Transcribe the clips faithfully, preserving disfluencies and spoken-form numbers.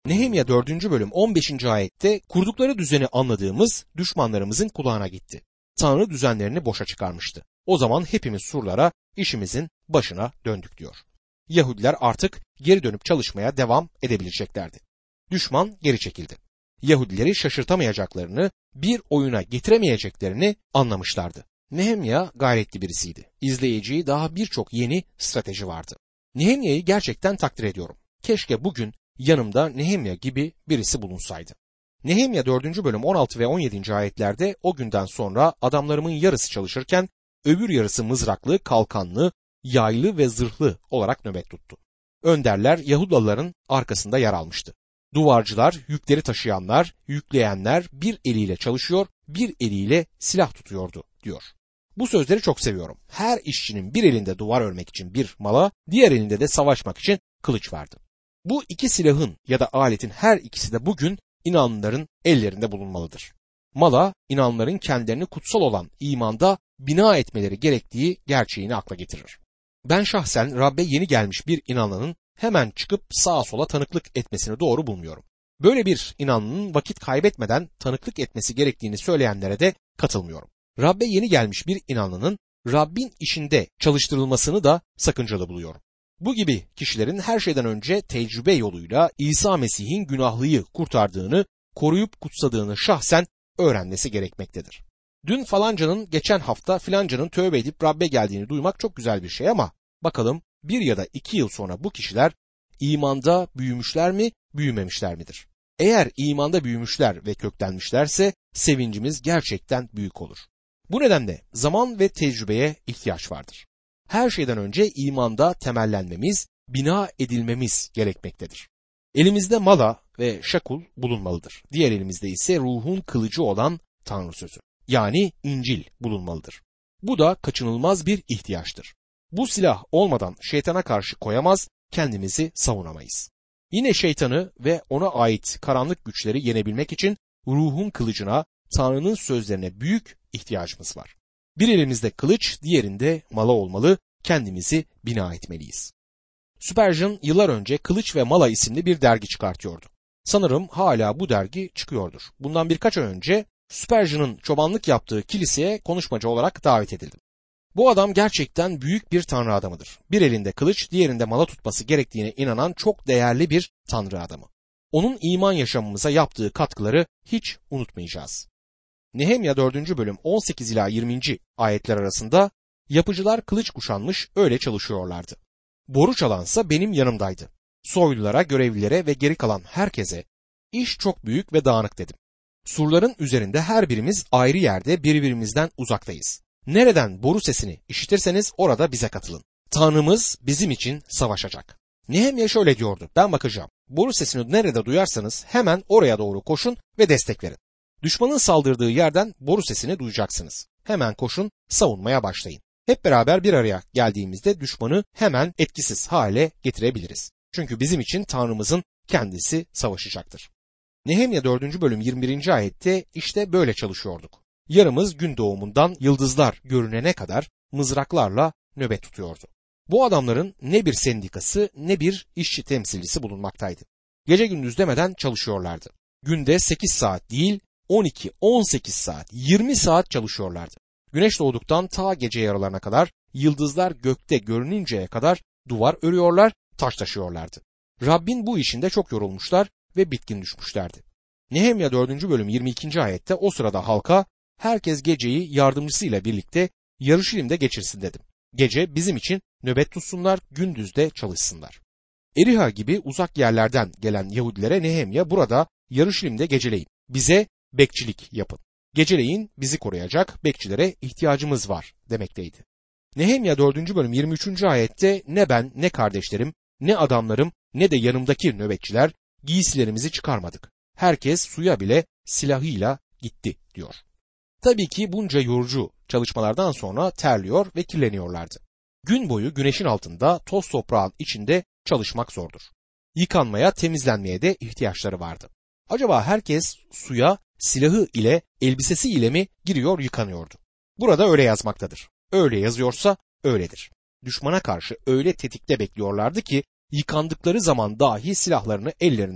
Nehemya dördüncü bölüm on beşinci ayette kurdukları düzeni anladığımız düşmanlarımızın kulağına gitti. Tanrı düzenlerini boşa çıkarmıştı. O zaman hepimiz surlara, işimizin başına döndük diyor. Yahudiler artık geri dönüp çalışmaya devam edebileceklerdi. Düşman geri çekildi. Yahudileri şaşırtamayacaklarını, bir oyuna getiremeyeceklerini anlamışlardı. Nehemya gayretli birisiydi. İzleyeceği daha birçok yeni strateji vardı. Nehemya'yı gerçekten takdir ediyorum. Keşke bugün yanımda Nehemya gibi birisi bulunsaydı. Nehemya dördüncü bölüm on altı ve on yedinci ayetlerde o günden sonra adamlarımın yarısı çalışırken öbür yarısı mızraklı, kalkanlı, yaylı ve zırhlı olarak nöbet tuttu. Önderler Yahudalıların arkasında yer almıştı. Duvarcılar, yükleri taşıyanlar, yükleyenler bir eliyle çalışıyor, bir eliyle silah tutuyordu diyor. Bu sözleri çok seviyorum. Her işçinin bir elinde duvar örmek için bir mala, diğer elinde de savaşmak için kılıç vardı. Bu iki silahın ya da aletin her ikisi de bugün inanlıların ellerinde bulunmalıdır. Mala, inanlıların kendilerini kutsal olan imanda bina etmeleri gerektiği gerçeğini akla getirir. Ben şahsen Rabbe yeni gelmiş bir inanlının hemen çıkıp sağa sola tanıklık etmesini doğru bulmuyorum. Böyle bir inanlının vakit kaybetmeden tanıklık etmesi gerektiğini söyleyenlere de katılmıyorum. Rabbe yeni gelmiş bir inanlının Rabbin işinde çalıştırılmasını da sakıncalı buluyorum. Bu gibi kişilerin her şeyden önce tecrübe yoluyla İsa Mesih'in günahlıyı kurtardığını, koruyup kutsadığını şahsen öğrenmesi gerekmektedir. Dün falancanın geçen hafta filancanın tövbe edip Rabbe geldiğini duymak çok güzel bir şey ama bakalım bir ya da iki yıl sonra bu kişiler imanda büyümüşler mi, büyümemişler midir? Eğer imanda büyümüşler ve köklenmişlerse sevincimiz gerçekten büyük olur. Bu nedenle zaman ve tecrübeye ihtiyaç vardır. Her şeyden önce imanda temellenmemiz, bina edilmemiz gerekmektedir. Elimizde mala ve şakul bulunmalıdır. Diğer elimizde ise ruhun kılıcı olan Tanrı sözü, yani İncil bulunmalıdır. Bu da kaçınılmaz bir ihtiyaçtır. Bu silah olmadan şeytana karşı koyamaz, kendimizi savunamayız. Yine şeytanı ve ona ait karanlık güçleri yenebilmek için ruhun kılıcına, Tanrı'nın sözlerine büyük ihtiyacımız var. Bir elimizde kılıç, diğerinde mala olmalı, kendimizi bina etmeliyiz. Spurgeon yıllar önce Kılıç ve Mala isimli bir dergi çıkartıyordu. Sanırım hala bu dergi çıkıyordur. Bundan birkaç ay önce Spurgeon'ın çobanlık yaptığı kiliseye konuşmacı olarak davet edildim. Bu adam gerçekten büyük bir tanrı adamıdır. Bir elinde kılıç, diğerinde mala tutması gerektiğine inanan çok değerli bir tanrı adamı. Onun iman yaşamımıza yaptığı katkıları hiç unutmayacağız. Nehemya dördüncü bölüm on sekiz ila yirminci ayetler arasında yapıcılar kılıç kuşanmış öyle çalışıyorlardı. Boru çalansa benim yanımdaydı. Soylulara, görevlilere ve geri kalan herkese iş çok büyük ve dağınık dedim. Surların üzerinde her birimiz ayrı yerde birbirimizden uzaktayız. Nereden boru sesini işitirseniz orada bize katılın. Tanrımız bizim için savaşacak. Nehemya şöyle diyordu, ben bakacağım. Boru sesini nerede duyarsanız hemen oraya doğru koşun ve destek verin. Düşmanın saldırdığı yerden boru sesini duyacaksınız. Hemen koşun, savunmaya başlayın. Hep beraber bir araya geldiğimizde düşmanı hemen etkisiz hale getirebiliriz. Çünkü bizim için Tanrımızın kendisi savaşacaktır. Nehemya dördüncü bölüm yirmi birinci ayette işte böyle çalışıyorduk. Yarımız gün doğumundan yıldızlar görünene kadar mızraklarla nöbet tutuyordu. Bu adamların ne bir sendikası ne bir işçi temsilcisi bulunmaktaydı. Gece gündüz demeden çalışıyorlardı. Günde sekiz saat değil on iki on sekiz saat yirmi saat çalışıyorlardı. Güneş doğduktan ta gece yarılarına kadar yıldızlar gökte görününceye kadar duvar örüyorlar, taş taşıyorlardı. Rabbin bu işinde çok yorulmuşlar ve bitkin düşmüşlerdi. Nehemya dördüncü bölüm yirmi ikinci ayette o sırada halka herkes geceyi yardımcısıyla birlikte Yarışilim'de geçirsin dedim. Gece bizim için nöbet tutsunlar, gündüz de çalışsınlar. Eriha gibi uzak yerlerden gelen Yahudilere Nehemya burada Yarışilim'de geceleyin, bize bekçilik yapın. Geceleyin bizi koruyacak bekçilere ihtiyacımız var demekteydi. Nehemya dördüncü bölüm yirmi üçüncü ayette ne ben ne kardeşlerim ne adamlarım ne de yanımdaki nöbetçiler giysilerimizi çıkarmadık. Herkes suya bile silahıyla gitti diyor. Tabii ki bunca yorucu çalışmalardan sonra terliyor ve kirleniyorlardı. Gün boyu güneşin altında toz toprağın içinde çalışmak zordur. Yıkanmaya, temizlenmeye de ihtiyaçları vardı. Acaba herkes suya silahı ile elbisesi ile mi giriyor yıkanıyordu? Burada öyle yazmaktadır. Öyle yazıyorsa öyledir. Düşmana karşı öyle tetikte bekliyorlardı ki yıkandıkları zaman dahi silahlarını ellerinden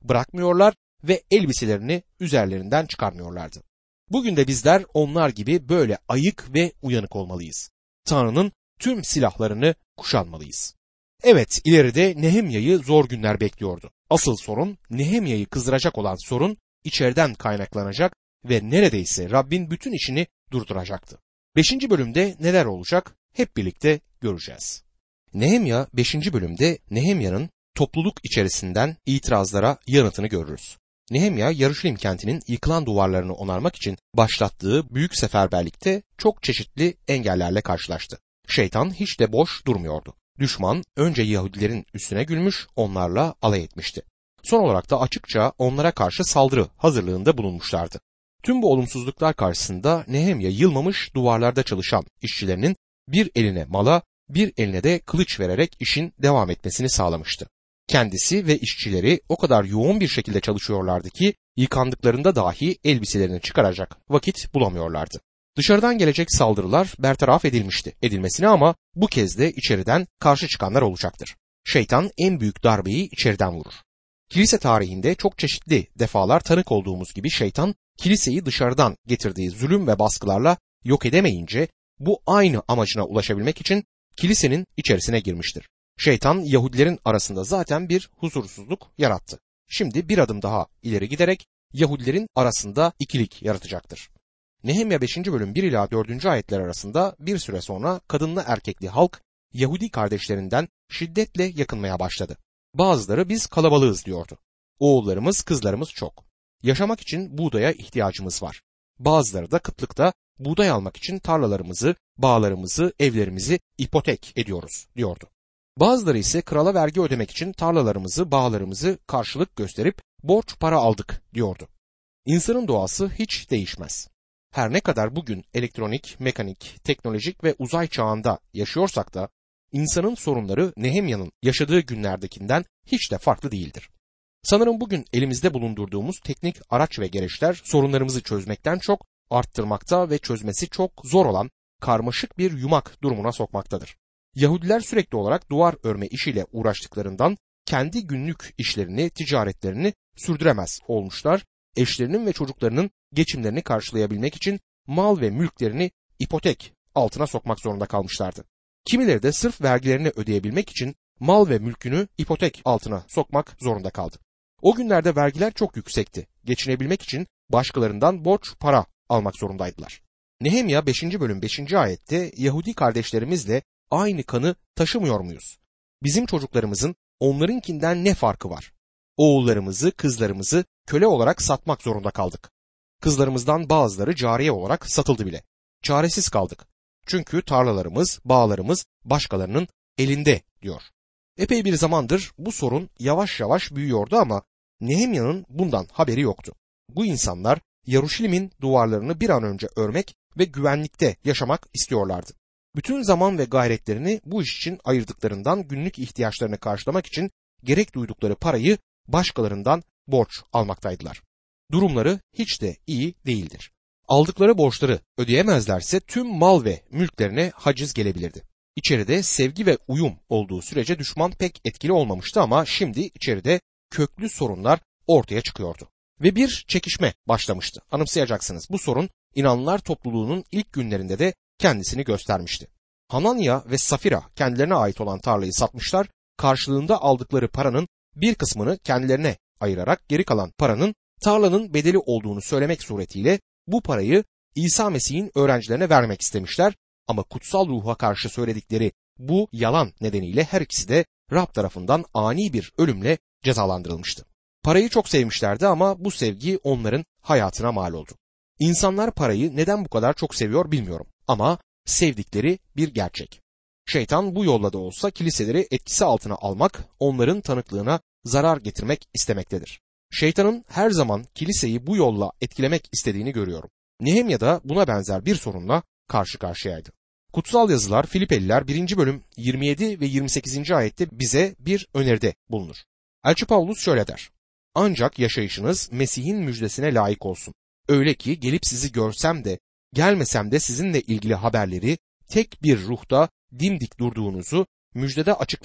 bırakmıyorlar ve elbiselerini üzerlerinden çıkarmıyorlardı. Bugün de bizler onlar gibi böyle ayık ve uyanık olmalıyız. Tanrı'nın tüm silahlarını kuşanmalıyız. Evet, ileride Nehemya'yı zor günler bekliyordu. Asıl sorun, Nehemya'yı kızdıracak olan sorun içeriden kaynaklanacak ve neredeyse Rabbin bütün işini durduracaktı. Beşinci bölümde neler olacak hep birlikte göreceğiz. Nehemya beşinci bölümde Nehemya'nın topluluk içerisinden itirazlara yanıtını görürüz. Nehemya, Yaruşilim kentinin yıkılan duvarlarını onarmak için başlattığı büyük seferberlikte çok çeşitli engellerle karşılaştı. Şeytan hiç de boş durmuyordu. Düşman önce Yahudilerin üstüne gülmüş, onlarla alay etmişti. Son olarak da açıkça onlara karşı saldırı hazırlığında bulunmuşlardı. Tüm bu olumsuzluklar karşısında Nehemya yılmamış, duvarlarda çalışan işçilerinin bir eline mala, bir eline de kılıç vererek işin devam etmesini sağlamıştı. Kendisi ve işçileri o kadar yoğun bir şekilde çalışıyorlardı ki yıkandıklarında dahi elbiselerini çıkaracak vakit bulamıyorlardı. Dışarıdan gelecek saldırılar bertaraf edilmişti. Edilmesine ama bu kez de içeriden karşı çıkanlar olacaktır. Şeytan en büyük darbeyi içeriden vurur. Kilise tarihinde çok çeşitli defalar tanık olduğumuz gibi şeytan kiliseyi dışarıdan getirdiği zulüm ve baskılarla yok edemeyince bu aynı amacına ulaşabilmek için kilisenin içerisine girmiştir. Şeytan Yahudilerin arasında zaten bir huzursuzluk yarattı. Şimdi bir adım daha ileri giderek Yahudilerin arasında ikilik yaratacaktır. Nehemya beşinci bölüm bir ila dördüncü ayetler arasında bir süre sonra kadınlı erkekli halk Yahudi kardeşlerinden şiddetle yakınmaya başladı. Bazıları biz kalabalığız diyordu. Oğullarımız, kızlarımız çok. Yaşamak için buğdaya ihtiyacımız var. Bazıları da kıtlıkta buğday almak için tarlalarımızı, bağlarımızı, evlerimizi ipotek ediyoruz diyordu. Bazıları ise krala vergi ödemek için tarlalarımızı, bağlarımızı karşılık gösterip borç para aldık diyordu. İnsanın doğası hiç değişmez. Her ne kadar bugün elektronik, mekanik, teknolojik ve uzay çağında yaşıyorsak da insanın sorunları Nehemya'nın yaşadığı günlerdekinden hiç de farklı değildir. Sanırım bugün elimizde bulundurduğumuz teknik araç ve gereçler sorunlarımızı çözmekten çok arttırmakta ve çözmesi çok zor olan karmaşık bir yumak durumuna sokmaktadır. Yahudiler sürekli olarak duvar örme işiyle uğraştıklarından kendi günlük işlerini, ticaretlerini sürdüremez olmuşlar. Eşlerinin ve çocuklarının geçimlerini karşılayabilmek için mal ve mülklerini ipotek altına sokmak zorunda kalmışlardı. Kimileri de sırf vergilerini ödeyebilmek için mal ve mülkünü ipotek altına sokmak zorunda kaldı. O günlerde vergiler çok yüksekti. Geçinebilmek için başkalarından borç para almak zorundaydılar. Nehemya beşinci bölüm beşinci ayette Yahudi kardeşlerimizle aynı kanı taşımıyor muyuz? Bizim çocuklarımızın onlarınkinden ne farkı var? Oğullarımızı, kızlarımızı köle olarak satmak zorunda kaldık. Kızlarımızdan bazıları cariye olarak satıldı bile. Çaresiz kaldık. Çünkü tarlalarımız, bağlarımız başkalarının elinde diyor. Epey bir zamandır bu sorun yavaş yavaş büyüyordu ama Nehemya'nın bundan haberi yoktu. Bu insanlar Yaruşilim'in duvarlarını bir an önce örmek ve güvenlikte yaşamak istiyorlardı. Bütün zaman ve gayretlerini bu iş için ayırdıklarından günlük ihtiyaçlarını karşılamak için gerek duydukları parayı başkalarından borç almaktaydılar. Durumları hiç de iyi değildir. Aldıkları borçları ödeyemezlerse tüm mal ve mülklerine haciz gelebilirdi. İçeride sevgi ve uyum olduğu sürece düşman pek etkili olmamıştı ama şimdi içeride köklü sorunlar ortaya çıkıyordu. Ve bir çekişme başlamıştı. Anımsayacaksınız, bu sorun inanlılar topluluğunun ilk günlerinde de kendisini göstermişti. Hananya ve Safira kendilerine ait olan tarlayı satmışlar, karşılığında aldıkları paranın bir kısmını kendilerine ayırarak geri kalan paranın tarlanın bedeli olduğunu söylemek suretiyle bu parayı İsa Mesih'in öğrencilerine vermek istemişler ama kutsal ruha karşı söyledikleri bu yalan nedeniyle her ikisi de Rab tarafından ani bir ölümle cezalandırılmıştı. Parayı çok sevmişlerdi ama bu sevgi onların hayatına mal oldu. İnsanlar parayı neden bu kadar çok seviyor bilmiyorum ama sevdikleri bir gerçek. Şeytan bu yolla da olsa kiliseleri etkisi altına almak, onların tanıklığına zarar getirmek istemektedir. Şeytanın her zaman kiliseyi bu yolla etkilemek istediğini görüyorum. Nehemya da buna benzer bir sorunla karşı karşıyaydı. Kutsal yazılar Filipeliler birinci bölüm yirmi yedi ve yirmi sekizinci ayette bize bir öneride bulunur. Elçi Pavlus şöyle der: Ancak yaşayışınız Mesih'in müjdesine layık olsun. Öyle ki gelip sizi görsem de gelmesem de sizinle ilgili haberleri tek bir ruhta dimdik durduğunuzu, müjdede açıklanan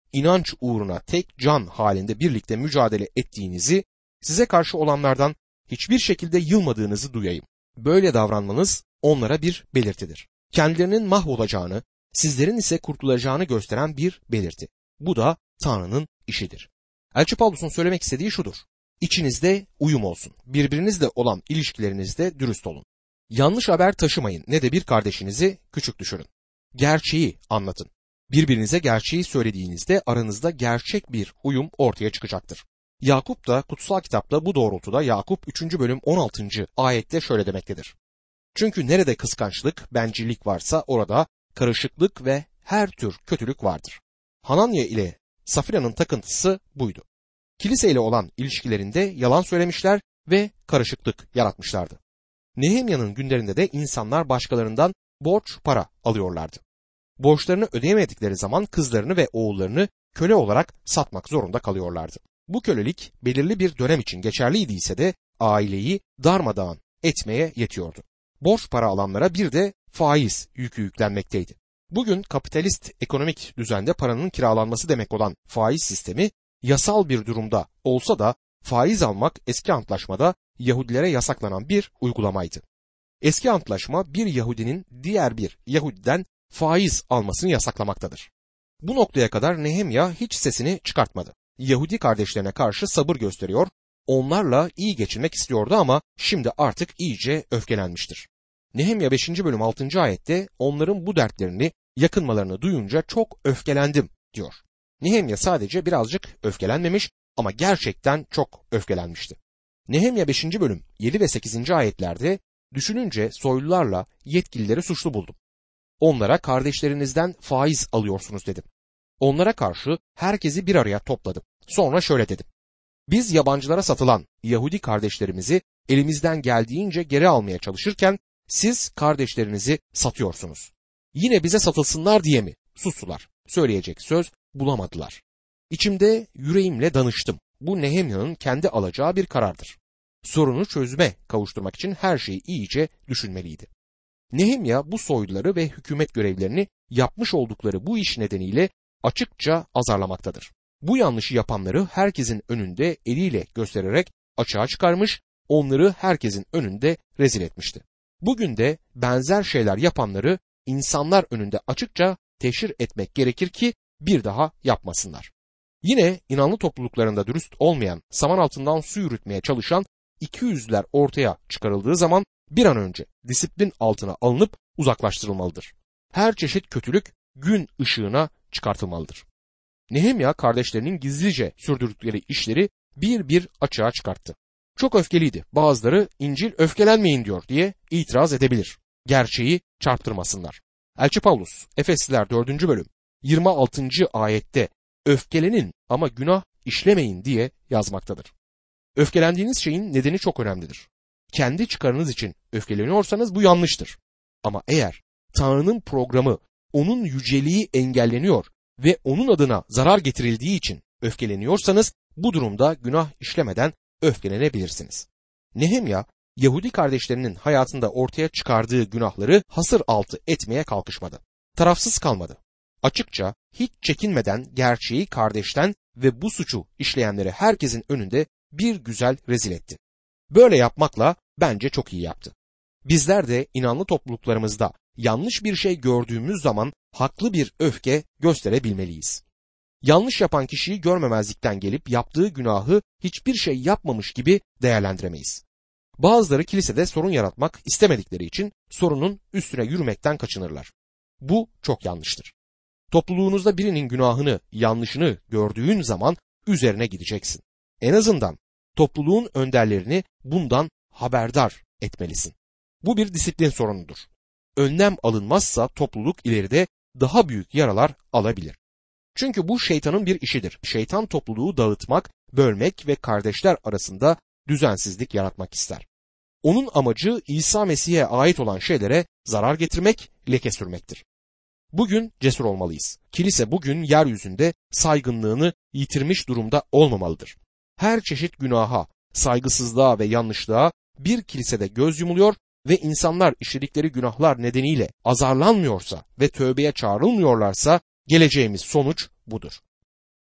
inanç uğruna tek can halinde birlikte mücadele ettiğinizi, size karşı olanlardan hiçbir şekilde yılmadığınızı duyayım. Böyle davranmanız onlara bir belirtidir. Kendilerinin mahvolacağını, sizlerin ise kurtulacağını gösteren bir belirti. Bu da Tanrı'nın işidir. Elçi Pavlus'un söylemek istediği şudur: İçinizde uyum olsun. Birbirinizle olan ilişkilerinizde dürüst olun. Yanlış haber taşımayın, ne de bir kardeşinizi küçük düşürün. Gerçeği anlatın. Birbirinize gerçeği söylediğinizde aranızda gerçek bir uyum ortaya çıkacaktır. Yakup da kutsal kitapta bu doğrultuda Yakup üçüncü bölüm on altıncı ayette şöyle demektedir: Çünkü nerede kıskançlık, bencillik varsa orada karışıklık ve her tür kötülük vardır. Hananya ile Safira'nın takıntısı buydu. Kilise ile olan ilişkilerinde yalan söylemişler ve karışıklık yaratmışlardı. Nehemya'nın günlerinde de insanlar başkalarından borç para alıyorlardı. Borçlarını ödeyemedikleri zaman kızlarını ve oğullarını köle olarak satmak zorunda kalıyorlardı. Bu kölelik belirli bir dönem için geçerliydiyse de aileyi darmadağın etmeye yetiyordu. Borç para alanlara bir de faiz yükü yüklenmekteydi. Bugün kapitalist ekonomik düzende paranın kiralanması demek olan faiz sistemi yasal bir durumda olsa da faiz almak eski antlaşmada Yahudilere yasaklanan bir uygulamaydı. Eski antlaşma bir Yahudinin diğer bir Yahudiden faiz almasını yasaklamaktadır. Bu noktaya kadar Nehemya hiç sesini çıkartmadı. Yahudi kardeşlerine karşı sabır gösteriyor, onlarla iyi geçinmek istiyordu ama şimdi artık iyice öfkelenmiştir. Nehemya beşinci bölüm altıncı ayette onların bu dertlerini, yakınmalarını duyunca çok öfkelendim diyor. Nehemya sadece birazcık öfkelenmemiş ama gerçekten çok öfkelenmişti. Nehemya beşinci bölüm yedi ve sekizinci ayetlerde düşününce soylularla yetkilileri suçlu buldum. Onlara kardeşlerinizden faiz alıyorsunuz dedim. Onlara karşı herkesi bir araya topladım. Sonra şöyle dedim: Biz yabancılara satılan Yahudi kardeşlerimizi elimizden geldiğince geri almaya çalışırken siz kardeşlerinizi satıyorsunuz. Yine bize satılsınlar diye mi? Sustular. Söyleyecek söz bulamadılar. İçimde yüreğimle danıştım. Bu Nehemya'nın kendi alacağı bir karardır. Sorunu çözüme kavuşturmak için her şeyi iyice düşünmeliydi. Nehemya bu soyluları ve hükümet görevlerini yapmış oldukları bu iş nedeniyle açıkça azarlamaktadır. Bu yanlışı yapanları herkesin önünde eliyle göstererek açığa çıkarmış, onları herkesin önünde rezil etmişti. Bugün de benzer şeyler yapanları insanlar önünde açıkça teşhir etmek gerekir ki bir daha yapmasınlar. Yine inanlı topluluklarında dürüst olmayan, saman altından su yürütmeye çalışan ikiyüzlüler ortaya çıkarıldığı zaman bir an önce disiplin altına alınıp uzaklaştırılmalıdır. Her çeşit kötülük gün ışığına çıkartılmalıdır. Nehemya kardeşlerinin gizlice sürdürdükleri işleri bir bir açığa çıkarttı. Çok öfkeliydi. Bazıları İncil öfkelenmeyin diyor diye itiraz edebilir. Gerçeği çarptırmasınlar. Elçi Pavlus Efesliler dördüncü bölüm yirmi altıncı ayette öfkelenin ama günah işlemeyin diye yazmaktadır. Öfkelendiğiniz şeyin nedeni çok önemlidir. Kendi çıkarınız için öfkeleniyorsanız bu yanlıştır. Ama eğer Tanrı'nın programı, onun yüceliği engelleniyor ve onun adına zarar getirildiği için öfkeleniyorsanız bu durumda günah işlemeden öfkelenebilirsiniz. Nehemya, Yahudi kardeşlerinin hayatında ortaya çıkardığı günahları hasır altı etmeye kalkışmadı. Tarafsız kalmadı. Açıkça, hiç çekinmeden gerçeği kardeşten ve bu suçu işleyenleri herkesin önünde bir güzel rezil etti. Böyle yapmakla bence çok iyi yaptı. Bizler de inanlı topluluklarımızda yanlış bir şey gördüğümüz zaman haklı bir öfke gösterebilmeliyiz. Yanlış yapan kişiyi görmemezlikten gelip yaptığı günahı hiçbir şey yapmamış gibi değerlendiremeyiz. Bazıları kilisede sorun yaratmak istemedikleri için sorunun üstüne yürümekten kaçınırlar. Bu çok yanlıştır. Topluluğunuzda birinin günahını, yanlışını gördüğün zaman üzerine gideceksin. En azından topluluğun önderlerini bundan haberdar etmelisin. Bu bir disiplin sorunudur. Önlem alınmazsa topluluk ileride daha büyük yaralar alabilir. Çünkü bu şeytanın bir işidir. Şeytan topluluğu dağıtmak, bölmek ve kardeşler arasında düzensizlik yaratmak ister. Onun amacı İsa Mesih'e ait olan şeylere zarar getirmek, leke sürmektir. Bugün cesur olmalıyız. Kilise bugün yeryüzünde saygınlığını yitirmiş durumda olmamalıdır. Her çeşit günaha, saygısızlığa ve yanlışlığa bir kilisede göz yumuluyor ve insanlar işledikleri günahlar nedeniyle azarlanmıyorsa ve tövbeye çağrılmıyorlarsa geleceğimiz sonuç budur.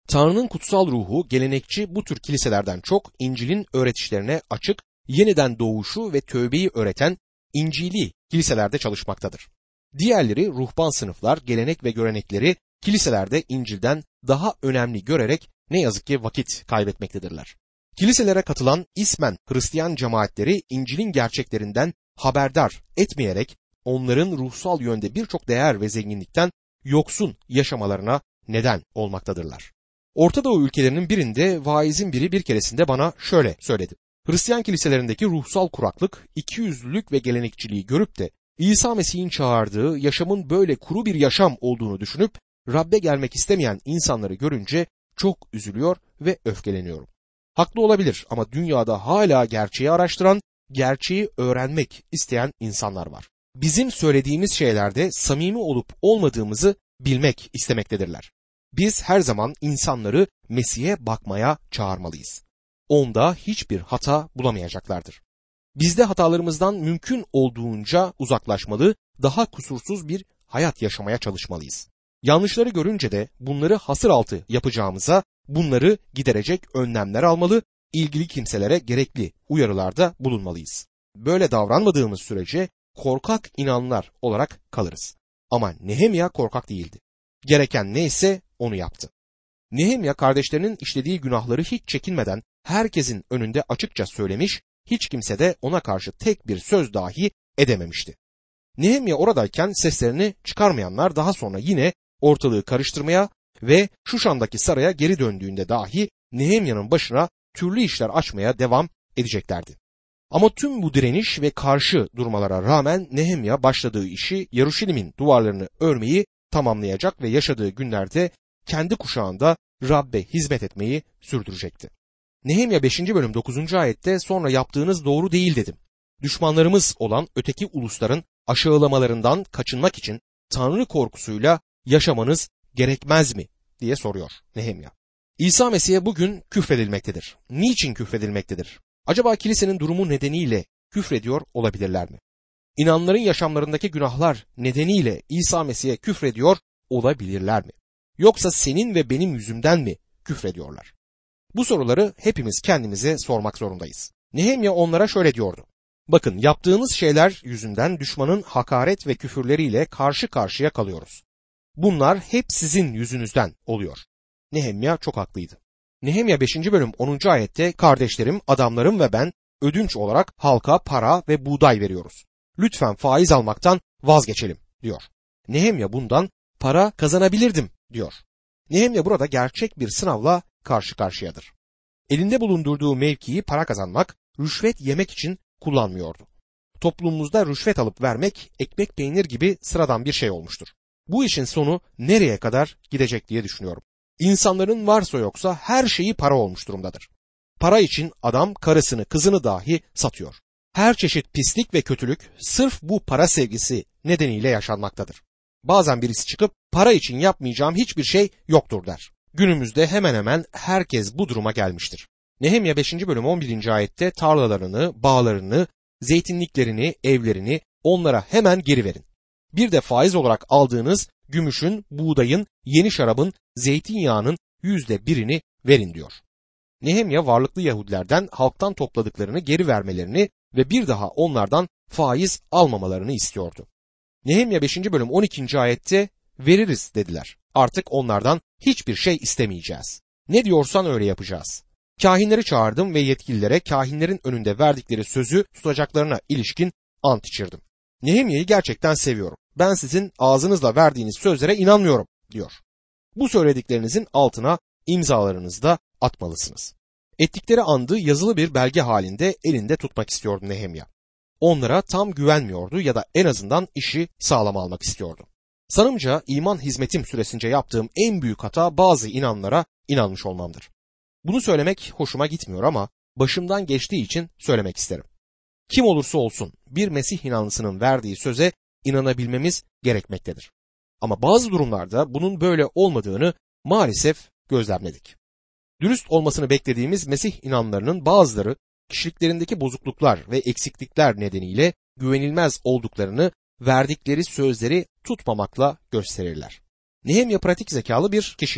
Tanrı'nın kutsal ruhu gelenekçi bu tür kiliselerden çok İncil'in öğretişlerine açık, yeniden doğuşu ve tövbeyi öğreten İncil'i kiliselerde çalışmaktadır. Diğerleri ruhban sınıflar gelenek ve görenekleri kiliselerde İncil'den daha önemli görerek ne yazık ki vakit kaybetmektedirler. Kiliselere katılan ismen Hristiyan cemaatleri İncil'in gerçeklerinden haberdar etmeyerek onların ruhsal yönde birçok değer ve zenginlikten yoksun yaşamalarına neden olmaktadırlar. Orta Doğu ülkelerinin birinde vaizin biri bir keresinde bana şöyle söyledi. Hristiyan kiliselerindeki ruhsal kuraklık, ikiyüzlülük ve gelenekçiliği görüp de İsa Mesih'in çağırdığı yaşamın böyle kuru bir yaşam olduğunu düşünüp Rab'be gelmek istemeyen insanları görünce çok üzülüyor ve öfkeleniyorum. Haklı olabilir ama dünyada hala gerçeği araştıran, gerçeği öğrenmek isteyen insanlar var. Bizim söylediğimiz şeylerde samimi olup olmadığımızı bilmek istemektedirler. Biz her zaman insanları Mesih'e bakmaya çağırmalıyız. Onda hiçbir hata bulamayacaklardır. Biz de hatalarımızdan mümkün olduğunca uzaklaşmalı, daha kusursuz bir hayat yaşamaya çalışmalıyız. Yanlışları görünce de bunları hasır altı yapacağımıza bunları giderecek önlemler almalı, ilgili kimselere gerekli uyarılarda bulunmalıyız. Böyle davranmadığımız sürece korkak inanlar olarak kalırız. Ama Nehemya korkak değildi. Gereken neyse onu yaptı. Nehemya kardeşlerinin işlediği günahları hiç çekinmeden herkesin önünde açıkça söylemiş, hiç kimse de ona karşı tek bir söz dahi edememişti. Nehemya oradayken seslerini çıkarmayanlar daha sonra yine ortalığı karıştırmaya ve Şuşan'daki saraya geri döndüğünde dahi Nehemya'nın başına türlü işler açmaya devam edeceklerdi. Ama tüm bu direniş ve karşı durmalara rağmen Nehemya başladığı işi Yeruşalim'in duvarlarını örmeyi tamamlayacak ve yaşadığı günlerde kendi kuşağında Rab'be hizmet etmeyi sürdürecekti. Nehemya beşinci bölüm dokuzuncu ayette sonra yaptığınız doğru değil dedim. Düşmanlarımız olan öteki ulusların aşağılamalarından kaçınmak için Tanrı korkusuyla yaşamanız gerekmez mi diye soruyor Nehemya. İsa Mesih'e bugün küfredilmektedir. Niçin küfredilmektedir? Acaba kilisenin durumu nedeniyle küfrediyor olabilirler mi? İnanların yaşamlarındaki günahlar nedeniyle İsa Mesih'e küfrediyor olabilirler mi? Yoksa senin ve benim yüzümden mi küfrediyorlar? Bu soruları hepimiz kendimize sormak zorundayız. Nehemya onlara şöyle diyordu. Bakın yaptığınız şeyler yüzünden düşmanın hakaret ve küfürleriyle karşı karşıya kalıyoruz. Bunlar hep sizin yüzünüzden oluyor. Nehemya çok haklıydı. Nehemya beşinci bölüm onuncu ayette kardeşlerim, adamlarım ve ben ödünç olarak halka para ve buğday veriyoruz. Lütfen faiz almaktan vazgeçelim diyor. Nehemya bundan para kazanabilirdim diyor. Nehemya burada gerçek bir sınavla karşı karşıyadır. Elinde bulundurduğu mevkiyi para kazanmak, rüşvet yemek için kullanmıyordu. Toplumumuzda rüşvet alıp vermek ekmek peynir gibi sıradan bir şey olmuştur. Bu işin sonu nereye kadar gidecek diye düşünüyorum. İnsanların varsa yoksa her şeyi para olmuş durumdadır. Para için adam karısını, kızını dahi satıyor. Her çeşit pislik ve kötülük sırf bu para sevgisi nedeniyle yaşanmaktadır. Bazen birisi çıkıp para için yapmayacağım hiçbir şey yoktur der. Günümüzde hemen hemen herkes bu duruma gelmiştir. Nehemya beşinci bölüm on birinci ayette tarlalarını, bağlarını, zeytinliklerini, evlerini onlara hemen geri verin. Bir de faiz olarak aldığınız gümüşün, buğdayın, yeni şarabın, zeytinyağının yüzde birini verin diyor. Nehemya varlıklı Yahudilerden halktan topladıklarını geri vermelerini ve bir daha onlardan faiz almamalarını istiyordu. Nehemya beşinci bölüm on ikinci ayette veririz dediler. Artık onlardan hiçbir şey istemeyeceğiz. Ne diyorsan öyle yapacağız. Kahinleri çağırdım ve yetkililere kahinlerin önünde verdikleri sözü tutacaklarına ilişkin ant içirdim. Nehemya'yı gerçekten seviyorum. Ben sizin ağzınızla verdiğiniz sözlere inanmıyorum diyor. Bu söylediklerinizin altına imzalarınızı da atmalısınız. Ettikleri andı yazılı bir belge halinde elinde tutmak istiyordu Nehemya. Onlara tam güvenmiyordu ya da en azından işi sağlam almak istiyordu. Sanımca iman hizmetim süresince yaptığım en büyük hata bazı inanlara inanmış olmamdır. Bunu söylemek hoşuma gitmiyor ama başımdan geçtiği için söylemek isterim. Kim olursa olsun bir Mesih inanlısının verdiği söze inanabilmemiz gerekmektedir. Ama bazı durumlarda bunun böyle olmadığını maalesef gözlemledik. Dürüst olmasını beklediğimiz Mesih inanlarının bazıları kişiliklerindeki bozukluklar ve eksiklikler nedeniyle güvenilmez olduklarını verdikleri sözleri tutmamakla gösterirler. Nehemya pratik zekalı bir kişiydi.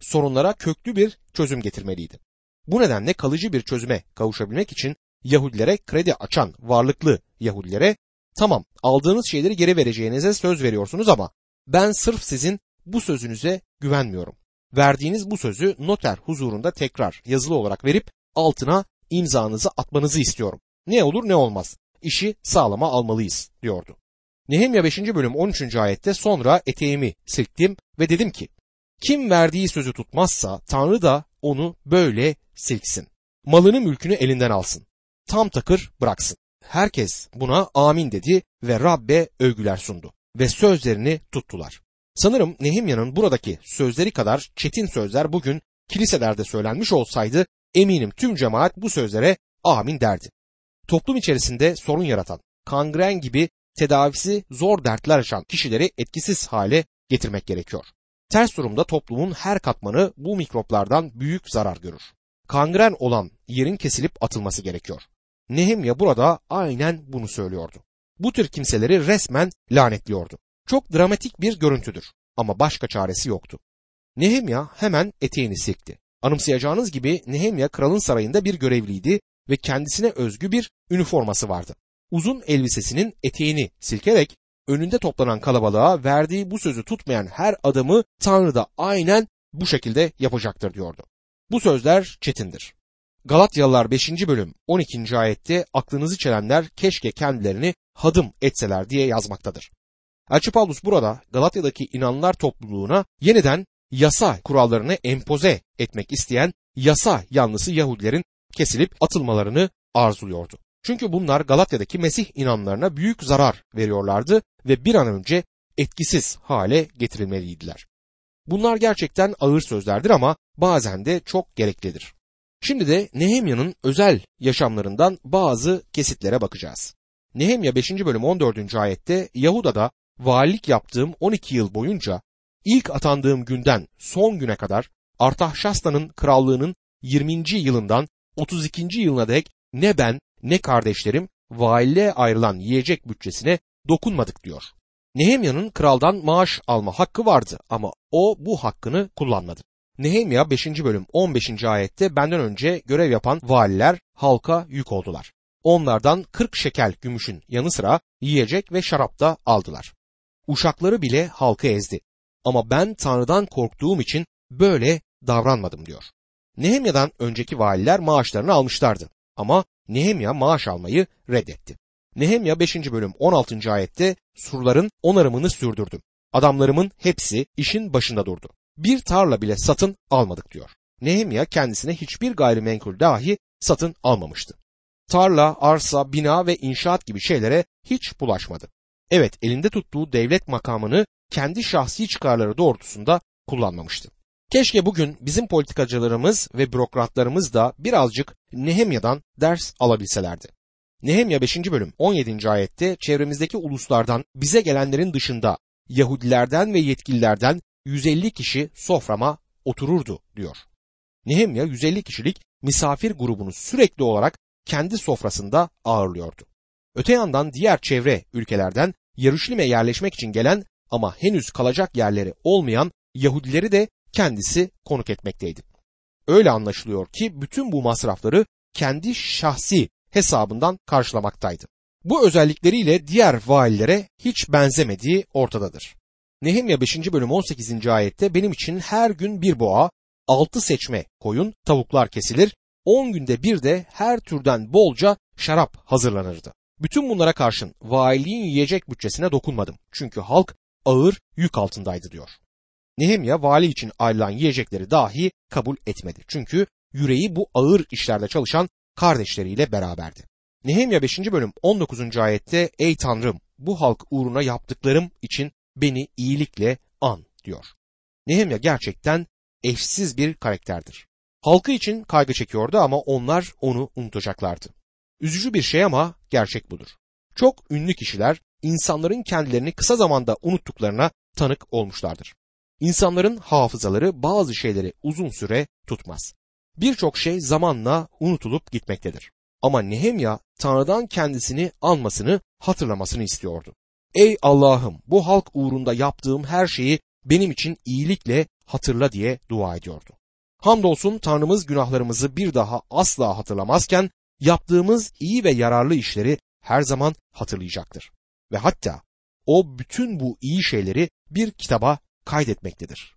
sorunlara köklü bir çözüm getirmeliydi. Bu nedenle kalıcı bir çözüme kavuşabilmek için Yahudilere kredi açan varlıklı Yahudilere tamam aldığınız şeyleri geri vereceğinize söz veriyorsunuz ama ben sırf sizin bu sözünüze güvenmiyorum. Verdiğiniz bu sözü noter huzurunda tekrar yazılı olarak verip altına imzanızı atmanızı istiyorum. Ne olur ne olmaz. İşi sağlama almalıyız diyordu. Nehemya beşinci bölüm on üçüncü ayette sonra eteğimi silktim ve dedim ki kim verdiği sözü tutmazsa Tanrı da onu böyle silksin. Malını mülkünü elinden alsın. Tam takır bıraksın. Herkes buna amin dedi ve Rabbe övgüler sundu ve sözlerini tuttular. Sanırım Nehemya'nın buradaki sözleri kadar çetin sözler bugün kiliselerde söylenmiş olsaydı eminim tüm cemaat bu sözlere amin derdi. Toplum içerisinde sorun yaratan, kangren gibi tedavisi zor dertler açan kişileri etkisiz hale getirmek gerekiyor. Ters durumda toplumun her katmanı bu mikroplardan büyük zarar görür. Kangren olan yerin kesilip atılması gerekiyor. Nehemya burada aynen bunu söylüyordu. Bu tür kimseleri resmen lanetliyordu. Çok dramatik bir görüntüdür ama başka çaresi yoktu. Nehemya hemen eteğini silkti. Anımsayacağınız gibi Nehemya kralın sarayında bir görevliydi ve kendisine özgü bir üniforması vardı. Uzun elbisesinin eteğini silkerek önünde toplanan kalabalığa verdiği bu sözü tutmayan her adamı Tanrı da aynen bu şekilde yapacaktır diyordu. Bu sözler çetindir. Galatyalılar beşinci bölüm on ikinci ayette aklınızı çelenler keşke kendilerini hadım etseler diye yazmaktadır. Elçi Pavlus burada Galatya'daki inanlılar topluluğuna yeniden yasa kurallarını empoze etmek isteyen yasa yanlısı Yahudilerin kesilip atılmalarını arzuluyordu. Çünkü bunlar Galatya'daki Mesih inanlarına büyük zarar veriyorlardı ve bir an önce etkisiz hale getirilmeliydiler. Bunlar gerçekten ağır sözlerdir ama bazen de çok gereklidir. Şimdi de Nehemya'nın özel yaşamlarından bazı kesitlere bakacağız. Nehemya beşinci bölüm on dördüncü ayette Yahuda'da valilik yaptığım on iki yıl boyunca ilk atandığım günden son güne kadar Artahşasta'nın krallığının yirminci yılından otuz ikinci yılına dek ne ben ne kardeşlerim valiliğe ayrılan yiyecek bütçesine dokunmadık diyor. Nehemya'nın kraldan maaş alma hakkı vardı ama o bu hakkını kullanmadı. Nehemya beşinci bölüm on beşinci ayette benden önce görev yapan valiler halka yük oldular. Onlardan kırk şekel gümüşün yanı sıra yiyecek ve şarap da aldılar. Uşakları bile halkı ezdi. Ama ben Tanrı'dan korktuğum için böyle davranmadım diyor. Nehemya'dan önceki valiler maaşlarını almışlardı. Ama Nehemya maaş almayı reddetti. Nehemya beşinci bölüm on altıncı ayette surların onarımını sürdürdüm. Adamlarımın hepsi işin başında durdu. Bir tarla bile satın almadık diyor. Nehemya kendisine hiçbir gayrimenkul dahi satın almamıştı. Tarla, arsa, bina ve inşaat gibi şeylere hiç bulaşmadı. Evet, elinde tuttuğu devlet makamını kendi şahsi çıkarları doğrultusunda kullanmamıştı. Keşke bugün bizim politikacılarımız ve bürokratlarımız da birazcık Nehemya'dan ders alabilselerdi. Nehemya beşinci bölüm on yedinci ayette çevremizdeki uluslardan bize gelenlerin dışında Yahudilerden ve yetkililerden yüz elli kişi soframa otururdu diyor. Nehemya yüz elli kişilik misafir grubunu sürekli olarak kendi sofrasında ağırlıyordu. Öte yandan diğer çevre ülkelerden Yeruşalim'e yerleşmek için gelen ama henüz kalacak yerleri olmayan Yahudileri de kendisi konuk etmekteydi. Öyle anlaşılıyor ki bütün bu masrafları kendi şahsi hesabından karşılamaktaydı. Bu özellikleriyle diğer valilere hiç benzemediği ortadadır. Nehemya beşinci bölüm on sekizinci ayette benim için her gün bir boğa, altı seçme koyun, tavuklar kesilir, on günde bir de her türden bolca şarap hazırlanırdı. Bütün bunlara karşın valiliğin yiyecek bütçesine dokunmadım. Çünkü halk ağır yük altındaydı diyor. Nehemya vali için ayrılan yiyecekleri dahi kabul etmedi. Çünkü yüreği bu ağır işlerde çalışan kardeşleriyle beraberdi. Nehemya beşinci bölüm on dokuzuncu ayette ey Tanrım bu halk uğruna yaptıklarım için beni iyilikle an diyor. Nehemya gerçekten eşsiz bir karakterdir. Halkı için kaygı çekiyordu ama onlar onu unutacaklardı. Üzücü bir şey ama gerçek budur. Çok ünlü kişiler insanların kendilerini kısa zamanda unuttuklarına tanık olmuşlardır. İnsanların hafızaları bazı şeyleri uzun süre tutmaz. Birçok şey zamanla unutulup gitmektedir. Ama Nehemya Tanrı'dan kendisini anmasını, hatırlamasını istiyordu. Ey Allah'ım bu halk uğrunda yaptığım her şeyi benim için iyilikle hatırla diye dua ediyordu. Hamdolsun Tanrımız günahlarımızı bir daha asla hatırlamazken yaptığımız iyi ve yararlı işleri her zaman hatırlayacaktır. Ve hatta o bütün bu iyi şeyleri bir kitaba kaydetmektedir.